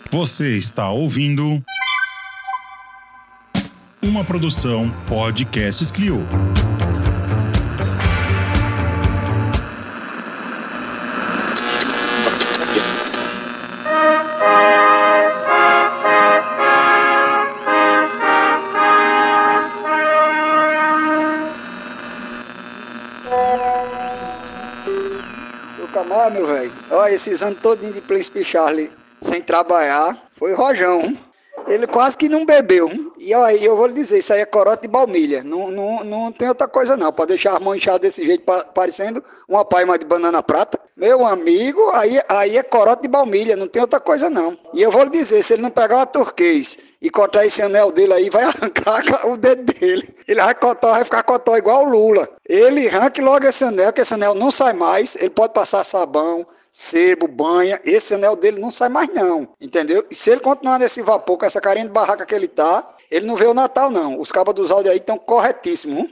Você está ouvindo uma produção Podcasts Clio. Do Camargo, meu velho. Olha, esses anos todinho de Príncipe Charlie sem trabalhar, foi rojão. Ele quase que não bebeu. E aí eu vou lhe dizer, isso aí é corote de baunilha. Não tem outra coisa não. Pode deixar a mão inchada desse jeito, parecendo uma paima de banana prata. Meu amigo, aí é corote de baunilha, não tem outra coisa não. E eu vou lhe dizer, se ele não pegar uma turquês e cortar esse anel dele aí, vai arrancar o dedo dele. Ele vai ficar cotó igual o Lula. Ele arranque logo esse anel, que esse anel não sai mais. Ele pode passar sabão, sebo, banha, esse anel dele não sai mais não, entendeu? E se ele continuar nesse vapor, com essa carinha de barraca que ele tá, ele não vê o Natal não. Os cabos dos áudios aí estão corretíssimos.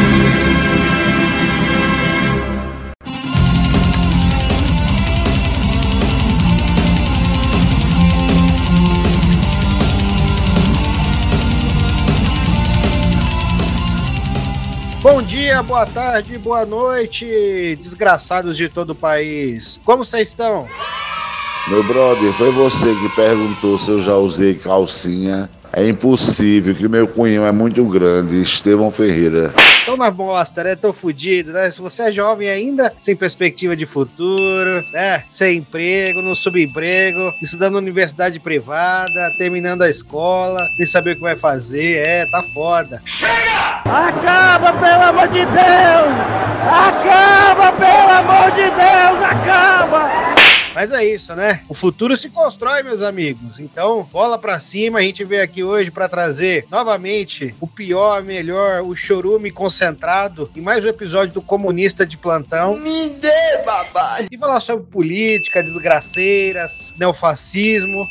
Bom dia, boa tarde, boa noite, desgraçados de todo o país. Como vocês estão? Meu brother, foi você que perguntou se eu já usei calcinha. É impossível, que meu cunhão é muito grande, Estevão Ferreira. Tão na bosta, né? Tão fudido, né? Se você é jovem ainda, sem perspectiva de futuro, né? Sem emprego, no subemprego, estudando na universidade privada, terminando a escola, sem saber o que vai fazer, tá foda. Chega! Acaba, pelo amor de Deus! Acaba, pelo amor de Deus! Acaba! Mas é isso, né? O futuro se constrói, meus amigos. Então, bola pra cima. A gente veio aqui hoje pra trazer novamente o pior, melhor, o chorume concentrado e mais um episódio do Comunista de Plantão. Me dê, babá! E falar sobre política, desgraceiras, neofascismo.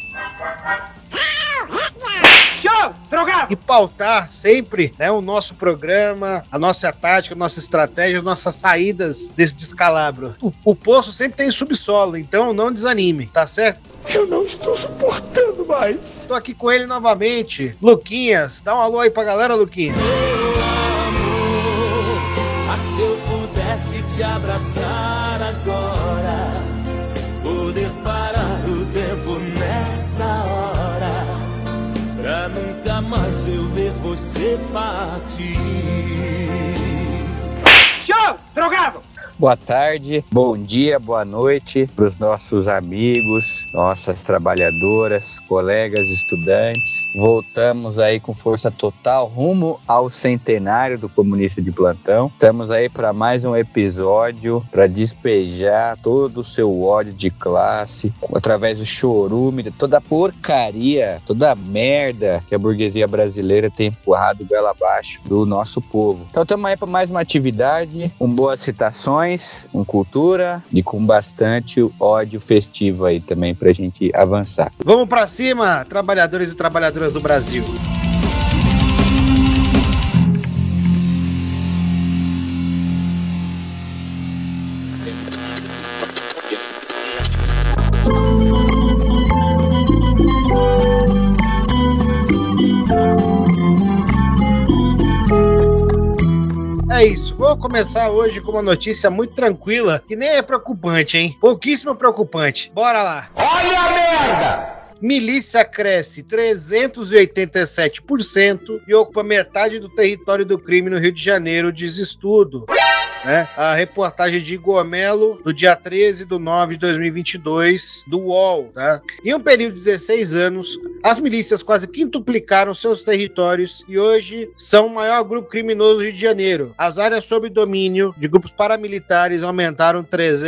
Show! Drogado! E pautar sempre, né, o nosso programa, a nossa tática, a nossa estratégia, as nossas saídas desse descalabro. O poço sempre tem subsolo, então não desanime, tá certo? Eu não estou suportando mais. Tô aqui com ele novamente, Luquinhas. Dá um alô aí pra galera, Luquinhas. Meu amor, se eu pudesse te abraçar agora, poder parar o tempo nessa hora, pra nunca mais eu ver você partir. Show! Drogado! Boa tarde, bom dia, boa noite para os nossos amigos, nossas trabalhadoras, colegas, estudantes. Voltamos aí com força total rumo ao centenário do Comunista de Plantão. Estamos aí para mais um episódio para despejar todo o seu ódio de classe através do chorume, de toda a porcaria, toda a merda que a burguesia brasileira tem empurrado goela abaixo do nosso povo. Então estamos aí para mais uma atividade, com boas citações, com cultura e com bastante ódio festivo aí também pra gente avançar. Vamos pra cima, trabalhadores e trabalhadoras do Brasil. É isso, vou começar hoje com uma notícia muito tranquila, que nem é preocupante, hein? Pouquíssimo preocupante. Bora lá! Olha a merda! Milícia cresce 387% e ocupa metade do território do crime no Rio de Janeiro, diz estudo. Né? A reportagem de Igor Melo, do dia 13/9/2022, do UOL. Tá? Em um período de 16 anos, as milícias quase quintuplicaram seus territórios e hoje são o maior grupo criminoso do Rio de Janeiro. As áreas sob domínio de grupos paramilitares aumentaram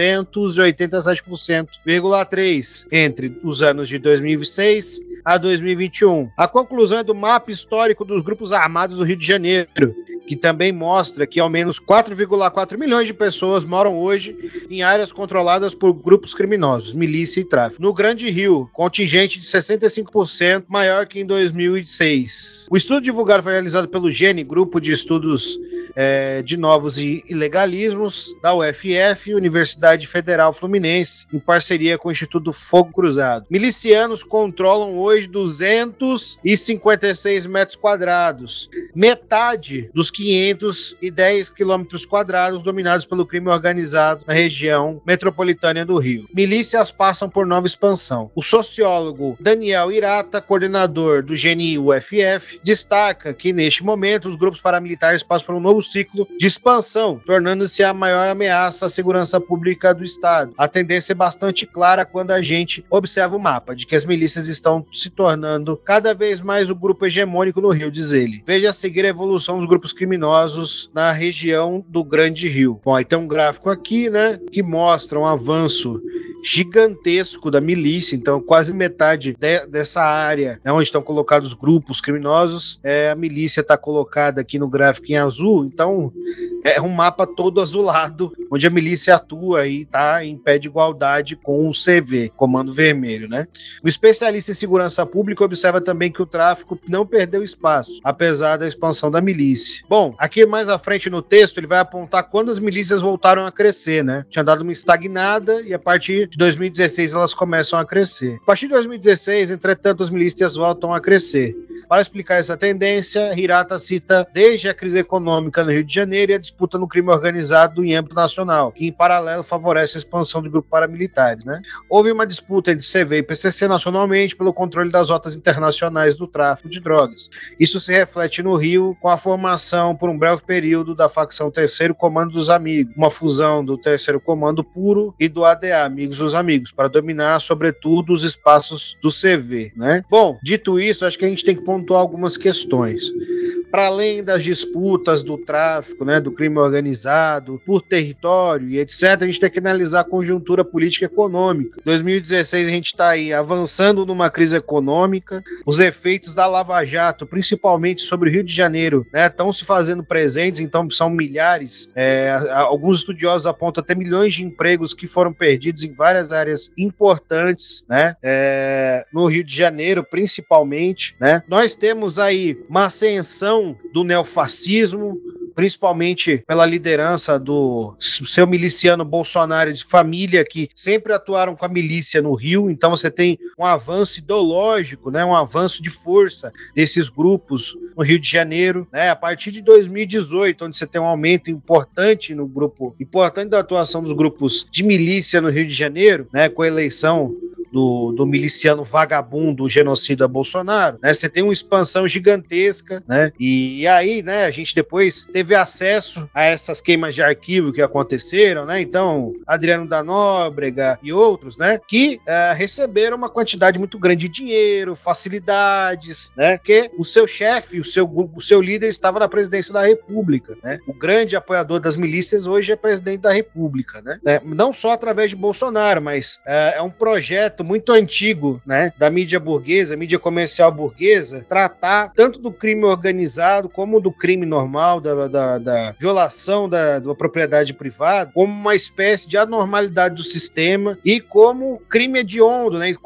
387,3% entre os anos de 2006 a 2021. A conclusão é do mapa histórico dos grupos armados do Rio de Janeiro, que também mostra que ao menos 4,4 milhões de pessoas moram hoje em áreas controladas por grupos criminosos, milícia e tráfico. No Grande Rio, contingente de 65% maior que em 2006. O estudo divulgado foi realizado pelo GENE, Grupo de Estudos de novos ilegalismos da UFF, Universidade Federal Fluminense, em parceria com o Instituto Fogo Cruzado. Milicianos controlam hoje 256 metros quadrados, metade dos 510 quilômetros quadrados dominados pelo crime organizado na região metropolitana do Rio. Milícias passam por nova expansão. O sociólogo Daniel Irata, coordenador do GNI UFF, destaca que neste momento os grupos paramilitares passam por um novo ciclo de expansão, tornando-se a maior ameaça à segurança pública do Estado. A tendência é bastante clara quando a gente observa o mapa, de que as milícias estão se tornando cada vez mais o grupo hegemônico no Rio, diz ele. Veja a seguir a evolução dos grupos criminosos na região do Grande Rio. Bom, aí tem um gráfico aqui, né, que mostra um avanço gigantesco da milícia, então quase metade dessa área, né, onde estão colocados grupos criminosos, a milícia está colocada aqui no gráfico em azul, então é um mapa todo azulado, onde a milícia atua e está em pé de igualdade com o CV, Comando Vermelho, né? O especialista em segurança pública observa também que o tráfico não perdeu espaço, apesar da expansão da milícia. Bom, aqui mais à frente no texto, ele vai apontar quando as milícias voltaram a crescer, né? Tinha dado uma estagnada e a partir de 2016 elas começam a crescer. A partir de 2016, entretanto, as milícias voltam a crescer. Para explicar essa tendência, Hirata cita desde a crise econômica no Rio de Janeiro e a disputa no crime organizado em âmbito nacional, que em paralelo favorece a expansão de grupos paramilitares, né? Houve uma disputa entre CV e PCC nacionalmente pelo controle das rotas internacionais do tráfico de drogas. Isso se reflete no Rio com a formação por um breve período da facção Terceiro Comando dos Amigos, uma fusão do Terceiro Comando Puro e do ADA, Amigos dos Amigos, para dominar sobretudo os espaços do CV, né? Bom, dito isso, acho que a gente tem que pontuar algumas questões. Para além das disputas do tráfico, né, do crime organizado, por território e etc., a gente tem que analisar a conjuntura política e econômica. Em 2016 a gente está aí avançando numa crise econômica, os efeitos da Lava Jato, principalmente sobre o Rio de Janeiro, né, estão se fazendo presentes, então são milhares, alguns estudiosos apontam até milhões de empregos que foram perdidos em várias áreas importantes, né, no Rio de Janeiro principalmente, né. Nós temos aí uma ascensão do neofascismo, principalmente pela liderança do seu miliciano Bolsonaro de família, que sempre atuaram com a milícia no Rio. Então você tem um avanço ideológico, né, um avanço de força desses grupos no Rio de Janeiro, né, a partir de 2018, onde você tem um aumento importante da atuação dos grupos de milícia no Rio de Janeiro, né, com a eleição do miliciano vagabundo genocida Bolsonaro, né? Você tem uma expansão gigantesca, né? E aí, né, a gente depois teve acesso a essas queimas de arquivo que aconteceram, né? Então, Adriano da Nóbrega e outros, né, que receberam uma quantidade muito grande de dinheiro, facilidades, né? Que o seu chefe, o seu líder estava na presidência da República, né? O grande apoiador das milícias hoje é presidente da República, né? Não só através de Bolsonaro, mas é um projeto muito antigo, né, da mídia burguesa, mídia comercial burguesa, tratar tanto do crime organizado como do crime normal, da violação da propriedade privada, como uma espécie de anormalidade do sistema e como crime hediondo, né,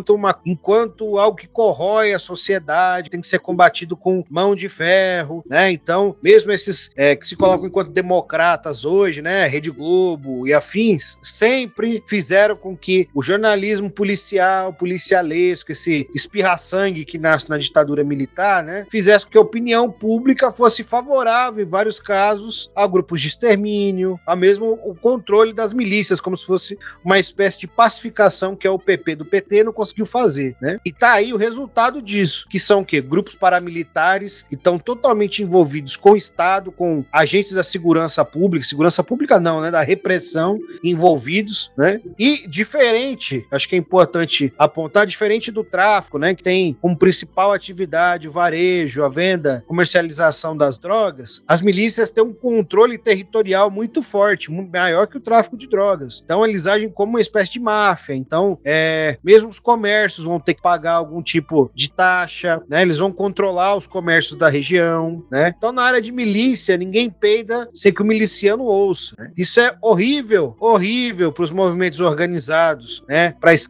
enquanto algo que corrói a sociedade, tem que ser combatido com mão de ferro, né. Então, mesmo esses que se colocam enquanto democratas hoje, né, Rede Globo e afins, sempre fizeram com que o jornalismo policialesco, esse espirra-sangue que nasce na ditadura militar, né, fizesse com que a opinião pública fosse favorável, em vários casos, a grupos de extermínio, a mesmo o controle das milícias, como se fosse uma espécie de pacificação que o PP do PT não conseguiu fazer, né? E tá aí o resultado disso, que são o quê? Grupos paramilitares que estão totalmente envolvidos com o Estado, com agentes da segurança pública não, né, da repressão envolvidos, né? E diferente, acho que é importante apontar, diferente do tráfico, né, que tem como principal atividade o varejo, a venda, comercialização das drogas, as milícias têm um controle territorial muito forte, muito maior que o tráfico de drogas. Então eles agem como uma espécie de máfia. Então, mesmo os comércios vão ter que pagar algum tipo de taxa, né, eles vão controlar os comércios da região, né. Então na área de milícia, ninguém peida sem que o miliciano ouça, né? Isso é horrível para os movimentos organizados, né, para a esquerda,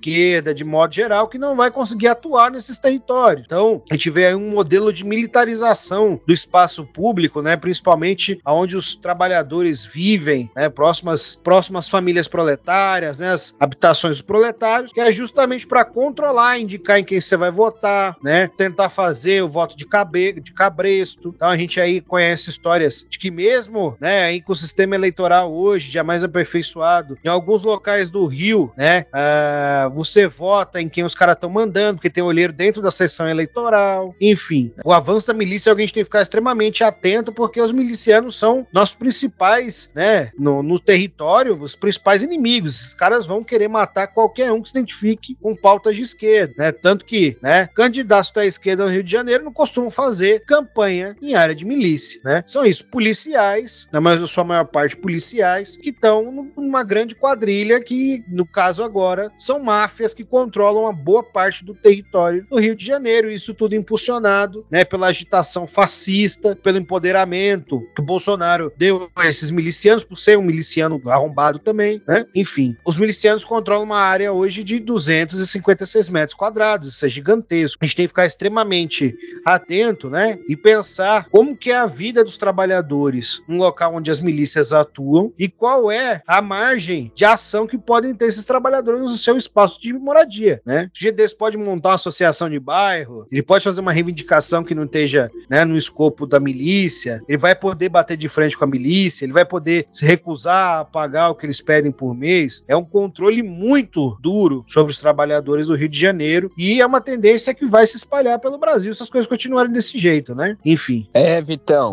esquerda, de modo geral, que não vai conseguir atuar nesses territórios. Então, a gente vê aí um modelo de militarização do espaço público, né, principalmente onde os trabalhadores vivem, né, próximas famílias proletárias, né, as habitações dos proletários, que é justamente para controlar, indicar em quem você vai votar, né, tentar fazer o voto de cabresto. Então a gente aí conhece histórias de que mesmo, né, aí com o sistema eleitoral hoje já mais aperfeiçoado, em alguns locais do Rio, né, você vota em quem os caras estão mandando, porque tem olheiro dentro da sessão eleitoral, enfim. O avanço da milícia é alguém que tem que ficar extremamente atento, porque os milicianos são nossos principais, né, no território, os principais inimigos. Esses caras vão querer matar qualquer um que se identifique com pautas de esquerda, né, tanto que, né, candidatos da esquerda no Rio de Janeiro não costumam fazer campanha em área de milícia, né, são isso, policiais, na sua maior parte policiais, que estão numa grande quadrilha que, no caso agora, são máfias que controlam uma boa parte do território do Rio de Janeiro, isso tudo impulsionado, né, pela agitação fascista, pelo empoderamento que o Bolsonaro deu a esses milicianos, por ser um miliciano arrombado também, né? Enfim, os milicianos controlam uma área hoje de 256 metros quadrados, isso é gigantesco. A gente tem que ficar extremamente atento, né? E pensar como que é a vida dos trabalhadores num local onde as milícias atuam e qual é a margem de ação que podem ter esses trabalhadores no seu espaço de moradia, né? O dia desse pode montar uma associação de bairro, ele pode fazer uma reivindicação que não esteja, né, no escopo da milícia, ele vai poder bater de frente com a milícia, ele vai poder se recusar a pagar o que eles pedem por mês. É um controle muito duro sobre os trabalhadores do Rio de Janeiro e é uma tendência que vai se espalhar pelo Brasil se as coisas continuarem desse jeito, né? Enfim. Vitão,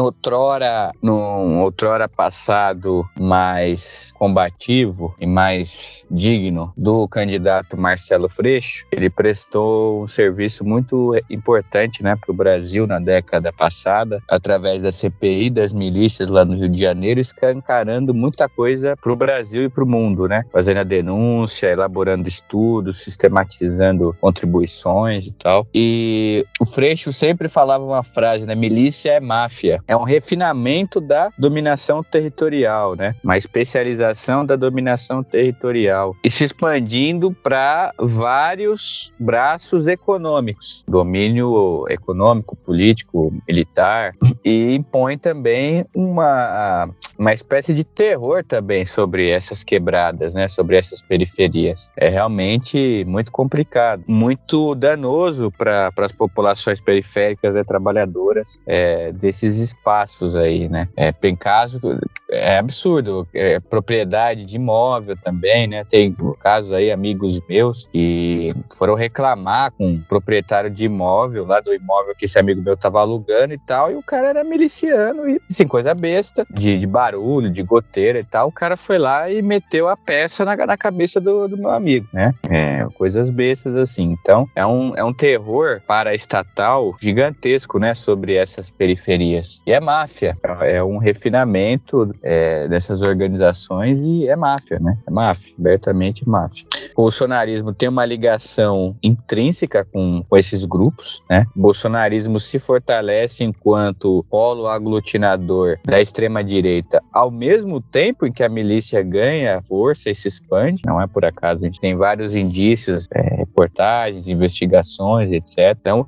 num outrora passado mais combativo e mais digno do candidato Marcelo Freixo, ele prestou um serviço muito importante, né, para o Brasil na década passada, através da CPI das milícias lá no Rio de Janeiro, escancarando muita coisa para o Brasil e para o mundo, né? Fazendo a denúncia, elaborando estudos, sistematizando contribuições e tal. E o Freixo sempre falava uma frase, né? Milícia é máfia. É um refinamento da dominação territorial, né? Uma especialização da dominação territorial. E se expandindo para vários braços econômicos. Domínio econômico, político, militar. E impõe também uma espécie de terror também sobre essas quebradas, né? Sobre essas periferias. É realmente muito complicado, muito danoso para as populações periféricas e trabalhadoras desses espaços aí, né? Tem caso, é absurdo, propriedade de imóvel também, né? Tem casos aí, amigos meus, que foram reclamar com o proprietário de imóvel, lá do imóvel que esse amigo meu tava alugando e tal, e o cara era miliciano e, assim, coisa besta, de barulho, de goteira e tal, o cara foi lá e meteu a peça na cabeça do meu amigo, né? Coisas bestas assim. Então, é um terror paraestatal gigantesco, né? Sobre essas periferias. E é máfia. É um refinamento dessas organizações e é máfia, né? É máfia. Abertamente máfia. O bolsonarismo tem uma ligação intrínseca com esses grupos, né? O bolsonarismo se fortalece enquanto polo aglutinador da extrema-direita, ao mesmo tempo em que a milícia ganha força e se expande. Não é por acaso, a gente tem vários indícios, reportagens, investigações, etc. Então,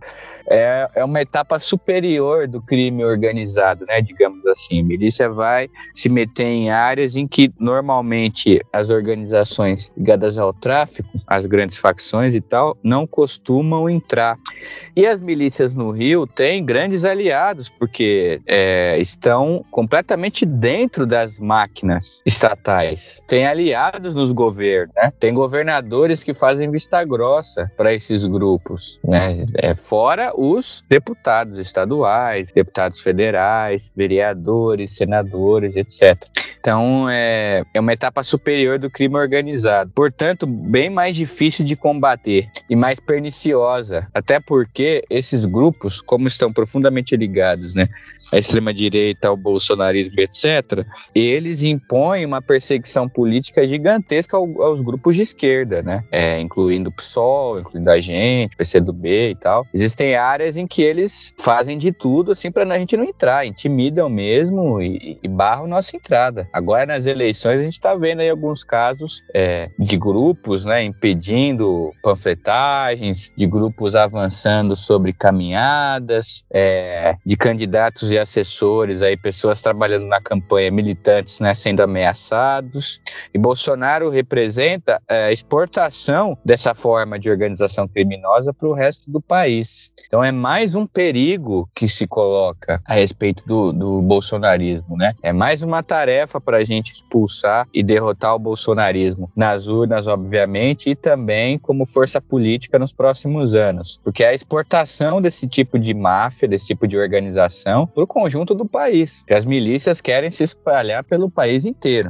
é uma etapa superior do crime organizado, né? Digamos assim. A milícia vai se meter em áreas em que normalmente as organizações ligadas ao tráfico, as grandes facções e tal, não costumam entrar. E as milícias no Rio têm grandes aliados, porque estão completamente dentro das máquinas estatais. Tem aliados nos governos, né? Tem governadores que fazem vista grossa para esses grupos, né? Fora os deputados estaduais, deputados federais, vereadores, senadores, etc. Então, é uma etapa superior do crime organizado. Portanto, bem mais difícil de combater e mais perniciosa. Até porque esses grupos, como estão profundamente ligados, né, à extrema-direita, ao bolsonarismo, etc., eles impõem uma perseguição política gigantesca aos grupos de esquerda, né? Incluindo o PSOL, incluindo a gente, PCdoB e tal. Existem áreas em que eles fazem de tudo, assim, pra a gente não entrar, intimidam mesmo e barram nossa entrada. Agora, nas eleições, a gente tá vendo aí alguns casos de grupos, né, em pedindo panfletagens, de grupos avançando sobre caminhadas, de candidatos e assessores, aí, pessoas trabalhando na campanha, militantes, né, sendo ameaçados. E Bolsonaro representa a exportação dessa forma de organização criminosa para o resto do país. Então é mais um perigo que se coloca a respeito do bolsonarismo, né? É mais uma tarefa para a gente expulsar e derrotar o bolsonarismo nas urnas, obviamente, e também como força política nos próximos anos. Porque é a exportação desse tipo de máfia, desse tipo de organização para o conjunto do país. Porque as milícias querem se espalhar pelo país inteiro.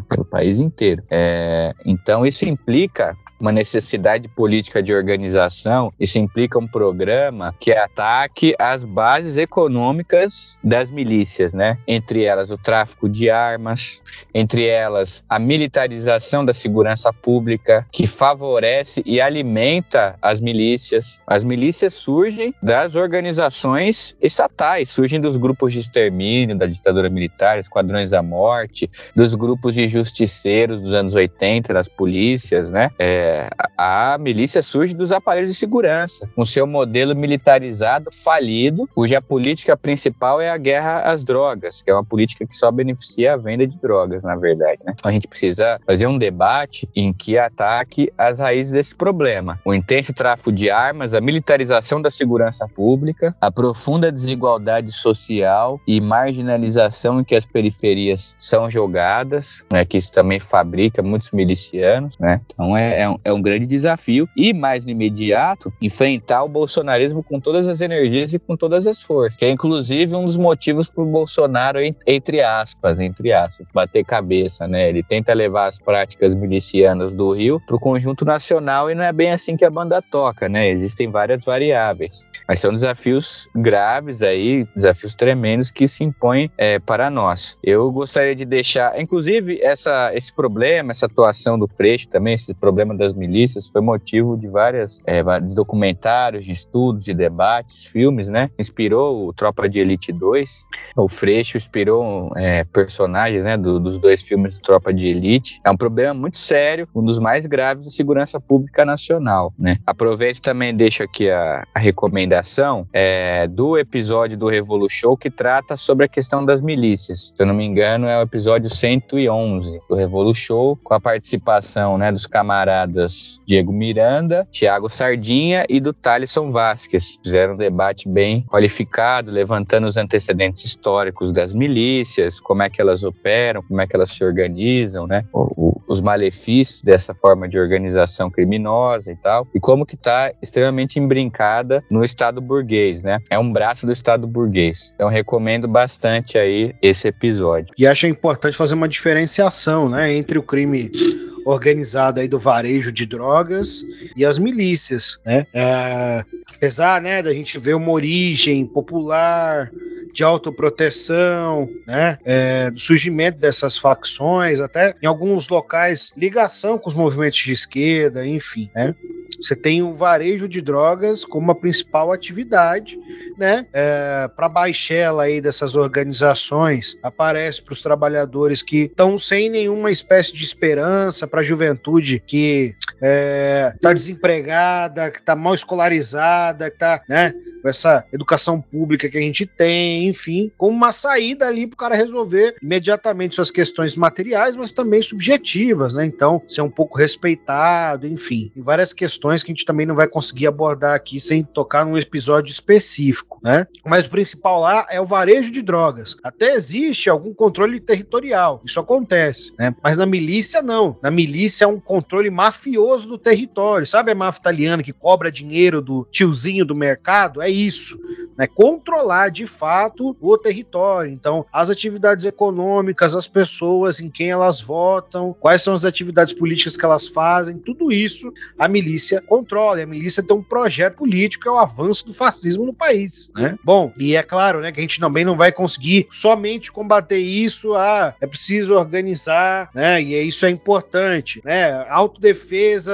Então isso implica uma necessidade política de organização, isso implica um programa que ataque as bases econômicas das milícias, né? Entre elas o tráfico de armas, entre elas a militarização da segurança pública, que favorece e alimenta as milícias. As milícias surgem das organizações estatais, surgem dos grupos de extermínio da ditadura militar, esquadrões da morte, dos grupos de justiceiros dos anos 80, das polícias, né? A milícia surge dos aparelhos de segurança, com seu modelo militarizado falido, cuja política principal é a guerra às drogas, que é uma política que só beneficia a venda de drogas, na verdade, né? Então a gente precisa fazer um debate em que ataque as raízes desse problema. O intenso tráfico de armas, a militarização da segurança pública, a profunda desigualdade social e marginalização em que as periferias são jogadas, né? Que isso também fabrica muitos milicianos, né? Então é um grande desafio e, mais no imediato, enfrentar o bolsonarismo com todas as energias e com todas as forças, que é inclusive um dos motivos para o Bolsonaro, entre aspas, bater cabeça, né? Ele tenta levar as práticas milicianas do Rio para o conjunto nacional e não é bem assim que a banda toca, né? Existem várias variáveis, mas são desafios graves aí, desafios tremendos que se impõem para nós. Eu gostaria de deixar, inclusive, esse problema, essa atuação do Freixo também, esse problema das milícias, foi motivo de vários documentários, de estudos, de debates, filmes, né? Inspirou o Tropa de Elite 2. O Freixo inspirou personagens, né, dos dois filmes do Tropa de Elite. É um problema muito sério, um dos mais graves da segurança pública nacional, né? Aproveito também e deixo aqui a recomendação do episódio do Revolu Show que trata sobre a questão das milícias. Se eu não me engano, é o episódio 111 do Revolu Show, com a participação, né, dos camaradas Diego Miranda, Thiago Sardinha e do Thalisson Vasquez. Fizeram um debate bem qualificado, levantando os antecedentes históricos das milícias, como é que elas operam, como é que elas se organizam, né? Os malefícios dessa forma de organização criminosa e tal, e como que está extremamente imbrincada no Estado burguês, né? É um braço do Estado burguês. Então recomendo bastante aí esse episódio. E acho importante fazer uma diferenciação, né, entre o crime organizado aí do varejo de drogas e as milícias, né? Apesar, né, da gente ver uma origem popular de autoproteção, né, do surgimento dessas facções, até em alguns locais ligação com os movimentos de esquerda, enfim, né? Você tem o varejo de drogas como a principal atividade, né? Para a baixela aí dessas organizações, aparece para os trabalhadores que estão sem nenhuma espécie de esperança, para a juventude que está desempregada, que está mal escolarizada, que está, né, com essa educação pública que a gente tem, enfim, como uma saída ali para o cara resolver imediatamente suas questões materiais, mas também subjetivas, né? Então, ser um pouco respeitado, enfim, e várias questões que a gente também não vai conseguir abordar aqui sem tocar num episódio específico, né? Mas o principal lá é o varejo de drogas. Até existe algum controle territorial, isso acontece, né? Mas na milícia não. Na milícia é um controle mafioso do território, sabe a máfia italiana que cobra dinheiro do tiozinho do mercado? É isso, né? Controlar de fato o território. Então, as atividades econômicas, as pessoas, em quem elas votam, quais são as atividades políticas que elas fazem, tudo isso a milícia controla. A milícia tem um projeto político que é o avanço do fascismo no país, né? Bom, e é claro, né, que a gente também não vai conseguir somente combater isso, é preciso organizar, né? E isso é importante, né? Autodefesa,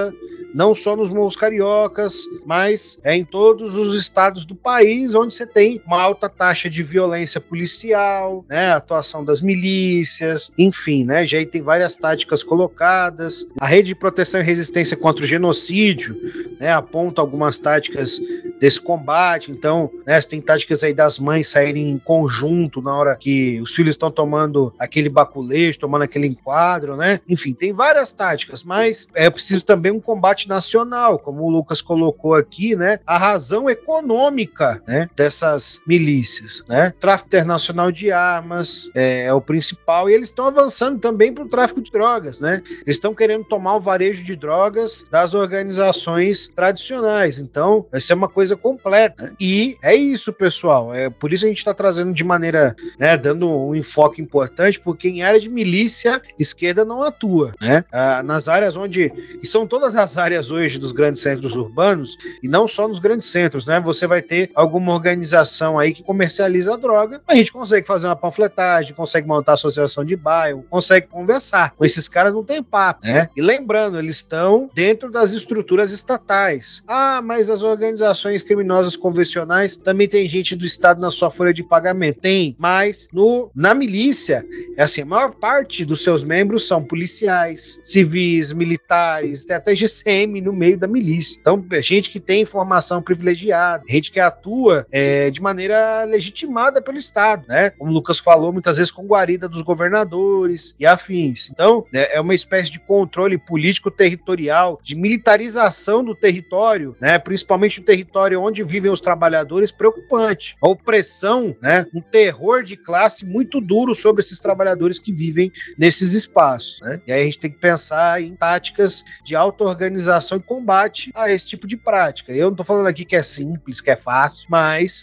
não só nos morros cariocas, mas em todos os estados do país, onde você tem uma alta taxa de violência policial, né, atuação das milícias, enfim, né, já aí tem várias táticas colocadas. A Rede de Proteção e Resistência contra o Genocídio, né, aponta algumas táticas desse combate. Então, né, você tem táticas aí das mães saírem em conjunto na hora que os filhos estão tomando aquele baculejo, tomando aquele enquadro, né? Enfim, tem várias táticas, mas é preciso também um combate nacional, como o Lucas colocou aqui, né? A razão econômica, né, dessas milícias, né? Tráfico internacional de armas é o principal, e eles estão avançando também para o tráfico de drogas, né? Eles estão querendo tomar o varejo de drogas das organizações tradicionais. Então, vai ser uma coisa completa. E é isso, pessoal. É por isso a gente está trazendo de maneira, né, dando um enfoque importante, porque em área de milícia, esquerda não atua, né? Nas áreas onde, e são todas as áreas hoje dos grandes centros urbanos, e não só nos grandes centros, né? Você vai ter alguma organização aí que comercializa a droga, a gente consegue fazer uma panfletagem, consegue montar associação de bairro, consegue conversar. Com esses caras não tem papo, né? E lembrando, eles estão dentro das estruturas estatais. Ah, mas as organizações criminosas convencionais também tem gente do Estado na sua folha de pagamento. Tem, mas na milícia, é assim, a maior parte dos seus membros são policiais, civis, militares, tem até GCM no meio da milícia. Então, gente que tem informação privilegiada, gente que atua de maneira legitimada pelo Estado, né? Como o Lucas falou, muitas vezes com guarida dos governadores e afins. Então, é uma espécie de controle político territorial, de militarização do território, né? Principalmente o território onde vivem os trabalhadores, preocupante. A opressão, né? Um terror de classe muito duro sobre esses trabalhadores que vivem nesses espaços, né? E aí a gente tem que pensar em táticas de auto-organização e combate a esse tipo de prática. Eu não estou falando aqui que é simples, que é fácil, mas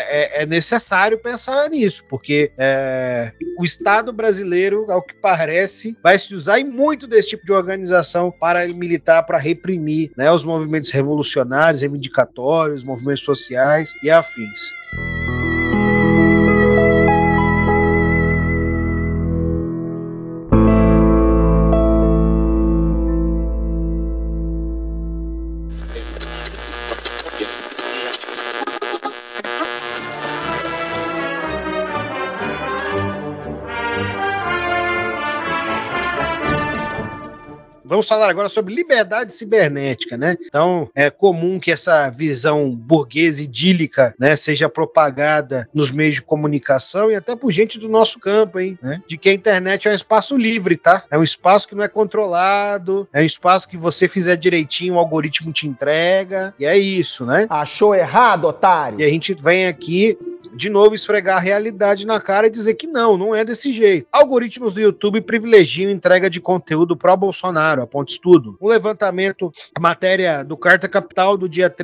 é necessário pensar nisso, porque o Estado brasileiro, ao que parece, vai se usar muito desse tipo de organização paramilitar para reprimir, né, os movimentos revolucionários, reivindicatórios, movimentos sociais e afins. Vamos falar agora sobre liberdade cibernética, né? Então, é comum que essa visão burguesa idílica, né, seja propagada nos meios de comunicação e até por gente do nosso campo, hein? Né? De que a internet é um espaço livre, tá? É um espaço que não é controlado, é um espaço que você fizer direitinho, o algoritmo te entrega, e é isso, né? Achou errado, otário? E a gente vem aqui de novo esfregar a realidade na cara e dizer que não é desse jeito. Algoritmos do YouTube privilegiam entrega de conteúdo pró-Bolsonaro, aponta estudo. Um levantamento, matéria do Carta Capital do dia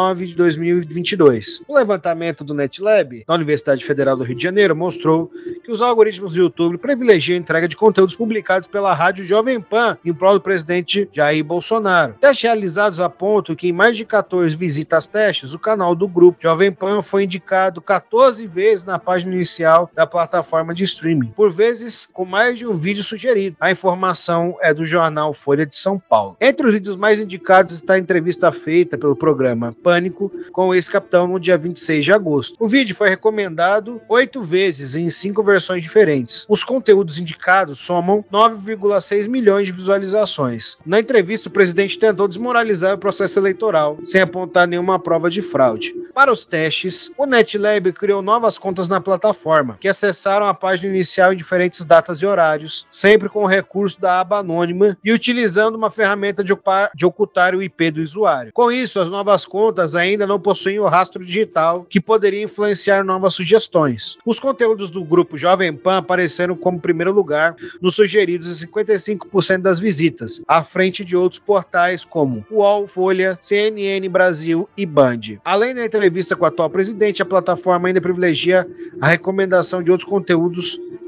13/9/2022. O levantamento do NetLab, da Universidade Federal do Rio de Janeiro, mostrou que os algoritmos do YouTube privilegiam a entrega de conteúdos publicados pela rádio Jovem Pan em prol do presidente Jair Bolsonaro. Testes realizados apontam que em mais de 14 visitas testes, o canal do grupo Jovem Pan foi indicado 14 vezes na página inicial da plataforma de streaming, por vezes com mais de um vídeo sugerido. A informação é do jornal Folha de São Paulo. Entre os vídeos mais indicados está a entrevista feita pelo programa Pânico com o ex-capitão no dia 26 de agosto. O vídeo foi recomendado 8 vezes em 5 versões diferentes. Os conteúdos indicados somam 9,6 milhões de visualizações. Na entrevista, o presidente tentou desmoralizar o processo eleitoral, sem apontar nenhuma prova de fraude. Para os testes, o NetLab criou novas contas na plataforma, que acessaram a página inicial em diferentes datas e horários, sempre com o recurso da aba anônima e utilizando uma ferramenta de ocultar o IP do usuário. Com isso, as novas contas ainda não possuem o rastro digital, que poderia influenciar novas sugestões. Os conteúdos do grupo Jovem Pan apareceram como primeiro lugar nos sugeridos em 55% das visitas, à frente de outros portais como UOL, Folha, CNN Brasil e Band. Além da entrevista com o atual presidente, a plataforma ainda privilegia a recomendação de outros conteúdos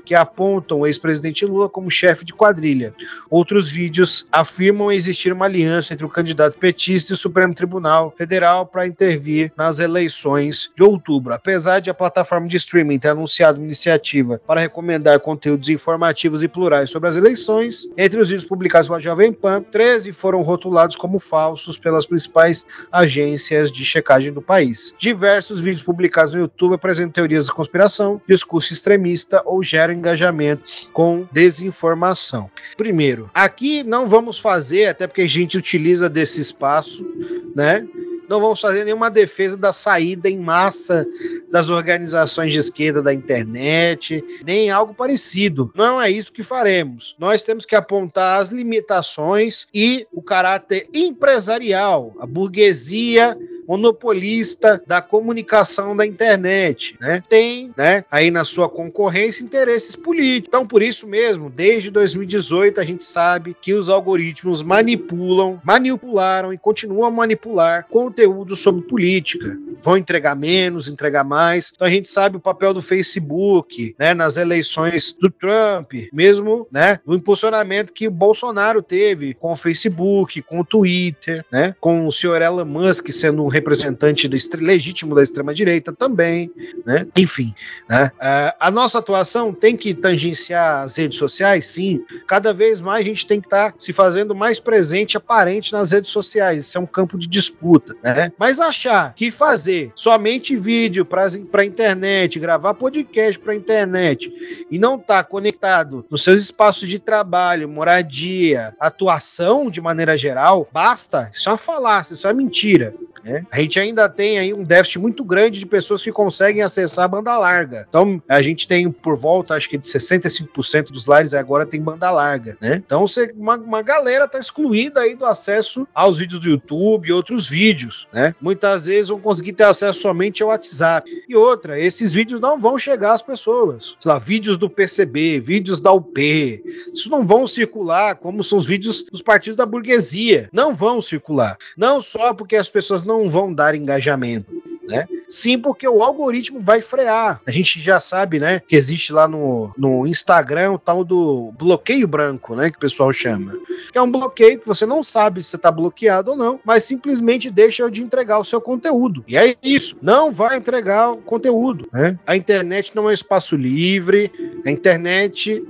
que apontam o ex-presidente Lula como chefe de quadrilha. Outros vídeos afirmam existir uma aliança entre o candidato petista e o Supremo Tribunal Federal para intervir nas eleições de outubro. Apesar de a plataforma de streaming ter anunciado uma iniciativa para recomendar conteúdos informativos e plurais sobre as eleições, entre os vídeos publicados pela Jovem Pan, 13 foram rotulados como falsos pelas principais agências de checagem do país. Diversos vídeos publicados no YouTube apresentam teorias da conspiração, discurso extremista ou geram engajamento com desinformação. Primeiro, aqui não vamos fazer, até porque a gente utiliza desse espaço, né? Não vamos fazer nenhuma defesa da saída em massa das organizações de esquerda da internet, nem algo parecido. Não é isso que faremos. Nós temos que apontar as limitações e o caráter empresarial, a burguesia monopolista da comunicação da internet, né? Tem, né, aí na sua concorrência interesses políticos. Então, por isso mesmo, desde 2018 a gente sabe que os algoritmos manipularam e continuam a manipular conteúdo sobre política. Vão entregar menos, entregar mais. Então a gente sabe o papel do Facebook, né, nas eleições do Trump, mesmo, né, o impulsionamento que o Bolsonaro teve com o Facebook, com o Twitter, né, com o senhor Elon Musk sendo um representante legítimo da extrema-direita também, né? Enfim, né? A nossa atuação tem que tangenciar as redes sociais, sim. Cada vez mais a gente tem que estar se fazendo mais presente, aparente nas redes sociais. Isso é um campo de disputa, né? Mas achar que fazer somente vídeo para a internet, gravar podcast para a internet e não estar conectado nos seus espaços de trabalho, moradia, atuação de maneira geral, basta. Isso é uma falácia, isso é mentira. A gente ainda tem aí um déficit muito grande de pessoas que conseguem acessar a banda larga. Então, a gente tem por volta, acho que de 65% dos lares agora tem banda larga, né? Então, uma galera tá excluída aí do acesso aos vídeos do YouTube e outros vídeos, né? Muitas vezes vão conseguir ter acesso somente ao WhatsApp. E outra, esses vídeos não vão chegar às pessoas. Sei lá, vídeos do PCB, vídeos da UP, isso não vão circular como são os vídeos dos partidos da burguesia. Não vão circular. Não só porque as pessoas não vão dar engajamento, né? Sim, porque o algoritmo vai frear. A gente já sabe, né, que existe lá no Instagram o tal do bloqueio branco, né, que o pessoal chama. Que é um bloqueio que você não sabe se você está bloqueado ou não, mas simplesmente deixa de entregar o seu conteúdo. E é isso. Não vai entregar o conteúdo, né? A internet não é espaço livre. A internet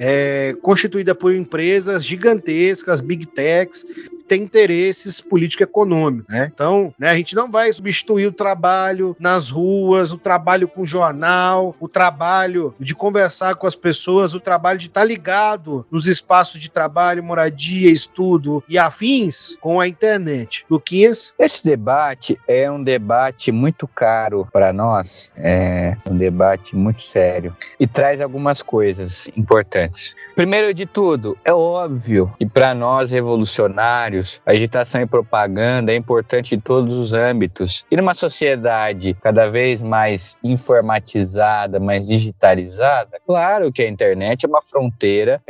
é constituída por empresas gigantescas, big techs, tem interesses político-econômicos, né? Então, né, a gente não vai substituir o trabalho nas ruas, o trabalho com jornal, o trabalho de conversar com as pessoas, o trabalho de estar ligado nos espaços de trabalho, moradia, estudo e afins com a internet. Luquinhas? Esse debate é um debate muito caro para nós, é um debate muito sério e traz algumas coisas importantes. Primeiro de tudo, é óbvio que para nós revolucionários, agitação e propaganda é importante em todos os âmbitos. E numa sociedade cada vez mais informatizada, mais digitalizada, claro que a internet é uma fronteira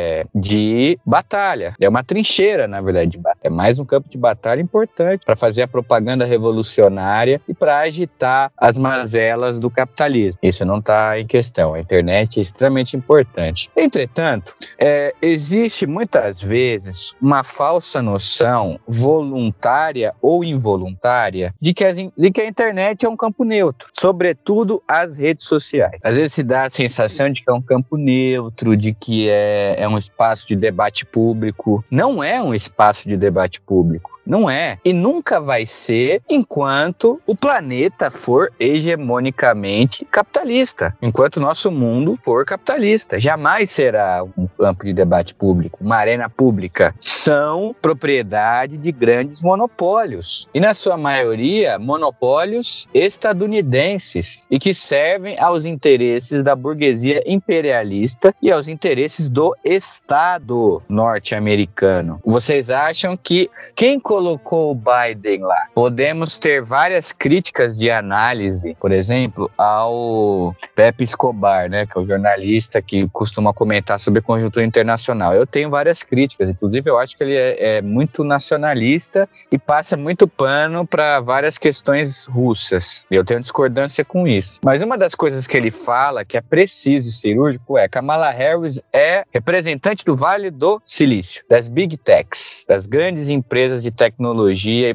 de batalha. É uma trincheira, na verdade. É mais um campo de batalha importante para fazer a propaganda revolucionária e para agitar as mazelas do capitalismo. Isso não está em questão. A internet é extremamente importante. Entretanto, existe muitas vezes uma falsa noção voluntária ou involuntária de que a internet é um campo neutro, sobretudo as redes sociais. Às vezes se dá a sensação de que é um campo neutro, de que é um espaço de debate público. Não é um espaço de debate público. Não é. E nunca vai ser enquanto o planeta for hegemonicamente capitalista. Enquanto o nosso mundo for capitalista. Jamais será um campo de debate público, uma arena pública. São propriedade de grandes monopólios. E na sua maioria, monopólios estadunidenses. E que servem aos interesses da burguesia imperialista e aos interesses do Estado norte-americano. Vocês acham que quem colocou o Biden lá? Podemos ter várias críticas de análise, por exemplo, ao Pepe Escobar, né, que é o jornalista que costuma comentar sobre conjuntura internacional. Eu tenho várias críticas, inclusive eu acho que ele é muito nacionalista e passa muito pano para várias questões russas. Eu tenho discordância com isso. Mas uma das coisas que ele fala, que é preciso e cirúrgico, é Kamala Harris é representante do Vale do Silício, das Big Techs, das grandes empresas de tecnologia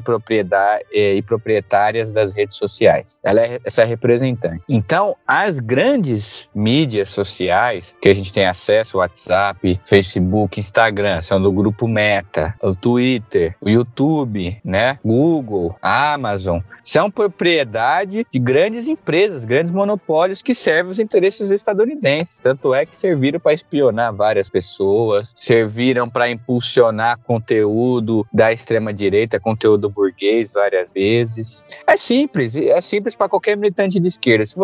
e proprietárias das redes sociais. Ela é essa representante. Então, as grandes mídias sociais que a gente tem acesso, WhatsApp, Facebook, Instagram, são do grupo Meta, o Twitter, o YouTube, né, Google, a Amazon, são propriedade de grandes empresas, grandes monopólios que servem os interesses estadunidenses. Tanto é que serviram para espionar várias pessoas, serviram para impulsionar conteúdo da extrema-direita, conteúdo burguês várias vezes. É simples para qualquer militante de esquerda. Se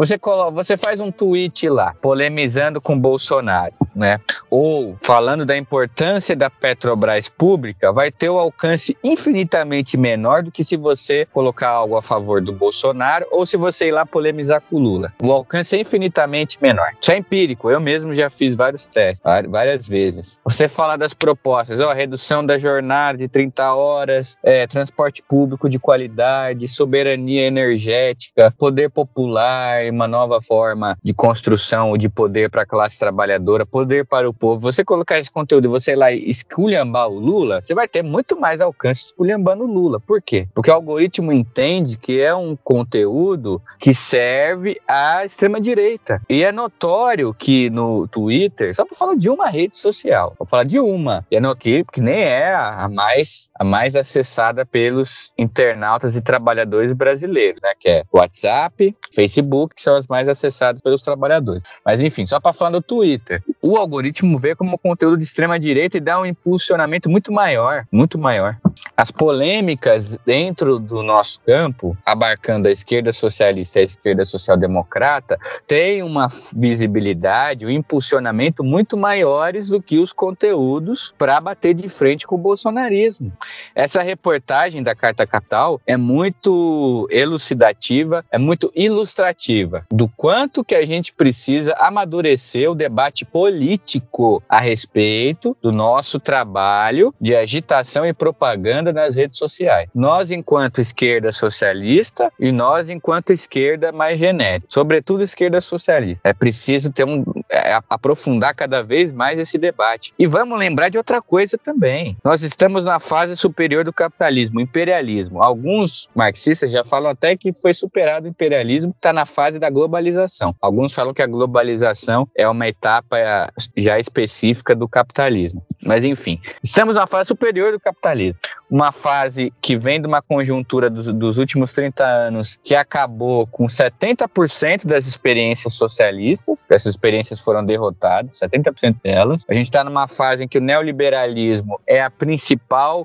você faz um tweet lá, polemizando com Bolsonaro, né, ou falando da importância da Petrobras pública, vai ter o alcance infinitamente menor do que se você colocar algo a favor do Bolsonaro ou se você ir lá polemizar com o Lula. O alcance é infinitamente menor. Isso é empírico. Eu mesmo já fiz vários testes, várias vezes. Você fala das propostas, redução da jornada de 30 horas, transporte público de qualidade, soberania energética, poder popular, uma nova forma de construção de poder para a classe trabalhadora, poder para o povo. Você colocar esse conteúdo e você ir lá e esculhambar o Lula, você vai ter muito mais alcance esculhambando o Lula. Por quê? Porque o algoritmo entende que é um conteúdo que serve à extrema-direita. E é notório que no Twitter, só para falar de uma rede social, vou falar de uma, e é notório que nem é a mais acessada pelos internautas e trabalhadores brasileiros, né? Que é WhatsApp, Facebook, que são as mais acessadas pelos trabalhadores. Mas enfim, só para falar do Twitter, o algoritmo vê como conteúdo de extrema-direita e dá um impulsionamento muito maior, muito maior. As polêmicas dentro do nosso campo, abarcando a esquerda socialista e a esquerda social-democrata, têm uma visibilidade, um impulsionamento muito maiores do que os conteúdos para bater de frente com o bolsonarismo. Essa reportagem da Carta Capital é muito elucidativa, é muito ilustrativa do quanto que a gente precisa amadurecer o debate político a respeito do nosso trabalho de agitação e propaganda nas redes sociais. Nós, enquanto esquerda socialista, e nós, enquanto esquerda mais genérica, sobretudo esquerda socialista. É preciso aprofundar cada vez mais esse debate. E vamos lembrar de outra coisa também. Nós estamos na fase superior do capitalismo, o imperialismo. Alguns marxistas já falam até que foi superado o imperialismo, está na fase da globalização. Alguns falam que a globalização é uma etapa já específica do capitalismo. Mas enfim, estamos na fase superior do capitalismo. Uma fase que vem de uma conjuntura dos últimos 30 anos que acabou com 70% das experiências socialistas. Essas experiências foram derrotadas, 70% delas. A gente está numa fase em que o neoliberalismo é a principal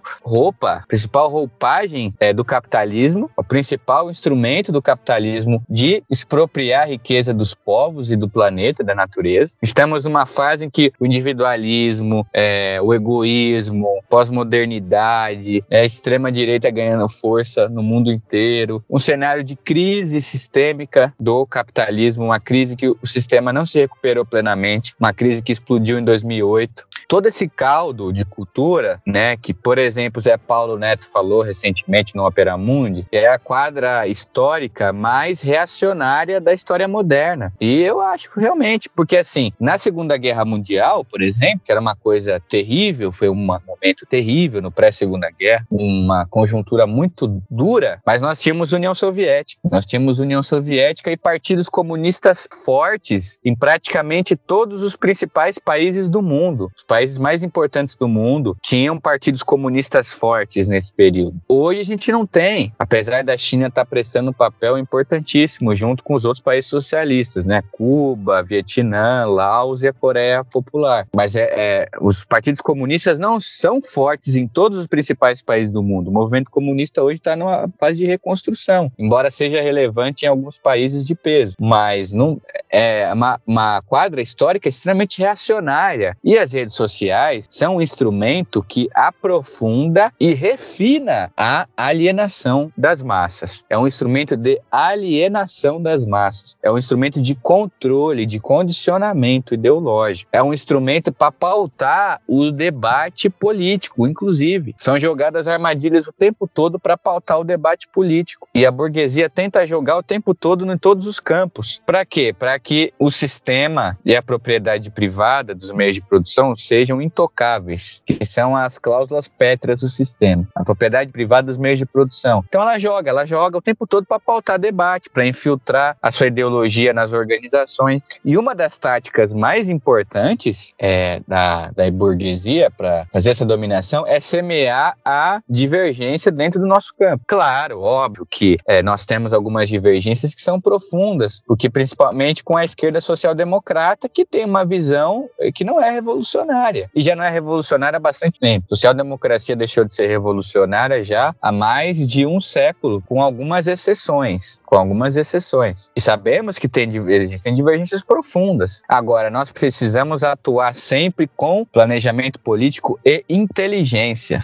roupagem do capitalismo, o principal instrumento do capitalismo de expropriar a riqueza dos povos e do planeta, da natureza. Estamos numa fase em que o individualismo, o egoísmo, pós-modernidade, a extrema-direita ganhando força no mundo inteiro, um cenário de crise sistêmica do capitalismo, uma crise que o sistema não se recuperou plenamente, uma crise que explodiu em 2008. Todo esse caldo de cultura, né, que, por exemplo, Zé Paulo Neto falou recentemente no Opera Mundi, é a quadra histórica mais reacionária da história moderna. E eu acho realmente, porque assim, na Segunda Guerra Mundial, por exemplo, que era uma coisa terrível, foi um momento terrível no pré-Segunda Guerra, uma conjuntura muito dura, mas nós tínhamos União Soviética. Nós tínhamos União Soviética e partidos comunistas fortes em praticamente todos os principais países do mundo. Os países mais importantes do mundo tinham partidos comunistas fortes nesse período. Hoje a gente não tem, apesar da China estar prestando um papel importantíssimo junto com os outros países socialistas, né? Cuba, Vietnã, Laos e a Coreia Popular. Mas os partidos comunistas não são fortes em todos os principais países do mundo. O movimento comunista hoje está numa fase de reconstrução, embora seja relevante em alguns países de peso. Mas não é uma quadra histórica extremamente reacionária. E as redes sociais são um instrumento que aprofunda aprofunda e refina a alienação das massas. É um instrumento de alienação das massas. É um instrumento de controle, de condicionamento ideológico. É um instrumento para pautar o debate político, inclusive. São jogadas armadilhas o tempo todo para pautar o debate político. E a burguesia tenta jogar o tempo todo em todos os campos. Para quê? Para que o sistema e a propriedade privada dos meios de produção sejam intocáveis, que são as cláusulas pétreas do sistema. A propriedade privada dos meios de produção. Então ela joga o tempo todo para pautar debate, para infiltrar a sua ideologia nas organizações. E uma das táticas mais importantes da burguesia para fazer essa dominação é semear a divergência dentro do nosso campo. Claro, óbvio que nós temos algumas divergências que são profundas, porque principalmente com a esquerda social-democrata, que tem uma visão que não é revolucionária, e já não é revolucionária há bastante tempo. A social-democracia deixou de ser revolucionária já há mais de um século, com algumas exceções. E sabemos que existem divergências profundas. Agora, nós precisamos atuar sempre com planejamento político e inteligência.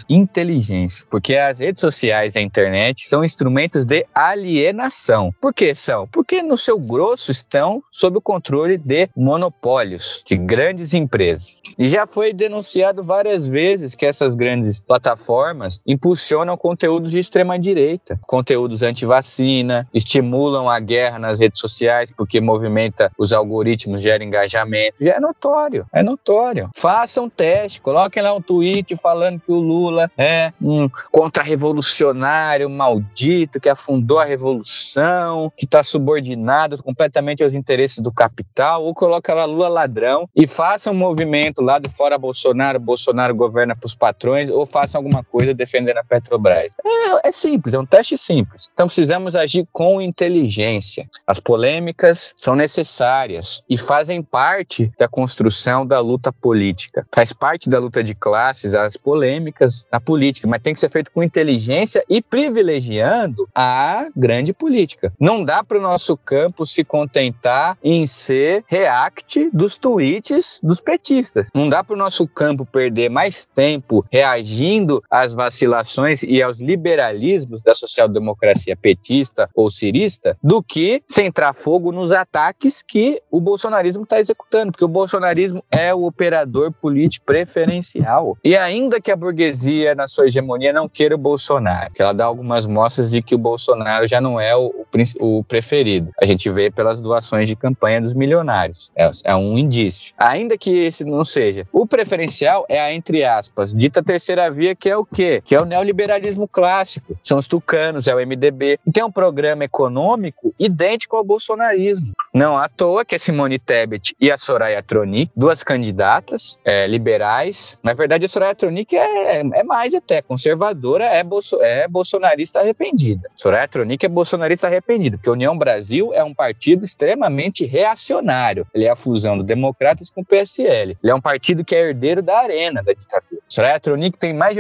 Porque as redes sociais e a internet são instrumentos de alienação. Por que são? Porque no seu grosso estão sob o controle de monopólios, de grandes empresas. E já foi denunciado várias vezes que essas grandes plataformas impulsionam conteúdos de extrema-direita, conteúdos anti-vacina, estimulam a guerra nas redes sociais porque movimenta os algoritmos, gera engajamento. Já é notório. Façam teste, coloquem lá um tweet falando que o Lula é um contra-revolucionário maldito, que afundou a revolução, que está subordinado completamente aos interesses do capital, ou coloca lá Lula ladrão e façam um movimento lá do Fora Bolsonaro governa para os patrões, ou façam alguma coisa defendendo a Petrobras. É simples, é um teste simples. Então precisamos agir com inteligência. As polêmicas são necessárias e fazem parte da construção da luta política. Faz parte da luta de classes, as polêmicas na política, mas tem que ser feito com inteligência e privilegiando a grande política. Não dá para o nosso campo se contentar em ser react dos tweets dos petistas. Não dá para o nosso campo perder mais tempo reagindo às vacilações e aos liberalismos da social-democracia petista ou cirista do que centrar fogo nos ataques que o bolsonarismo está executando, porque o bolsonarismo é o operador político preferencial. E ainda que a burguesia, na sua hegemonia, não queira o Bolsonaro, que ela dá algumas mostras de que o Bolsonaro já não é o preferido. A gente vê pelas doações de campanha dos milionários. É um indício. Ainda que esse não seja. O preferencial é a, entre aspas, dita terceira via, que é o quê? Que é o neoliberalismo clássico. São os tucanos, é o MDB. E tem um programa econômico idêntico ao bolsonarismo. Não à toa que a Simone Tebet e a Soraya Tronic, duas candidatas liberais. Na verdade, a Soraya Tronic é mais até conservadora, é bolsonarista arrependida. Soraya Tronic é bolsonarista arrependida, porque a União Brasil é um partido extremamente reacionário. Ele é a fusão do Democratas com o PSL. Ele é um partido que é herdeiro da arena da ditadura. Soraya Tronic tem mais de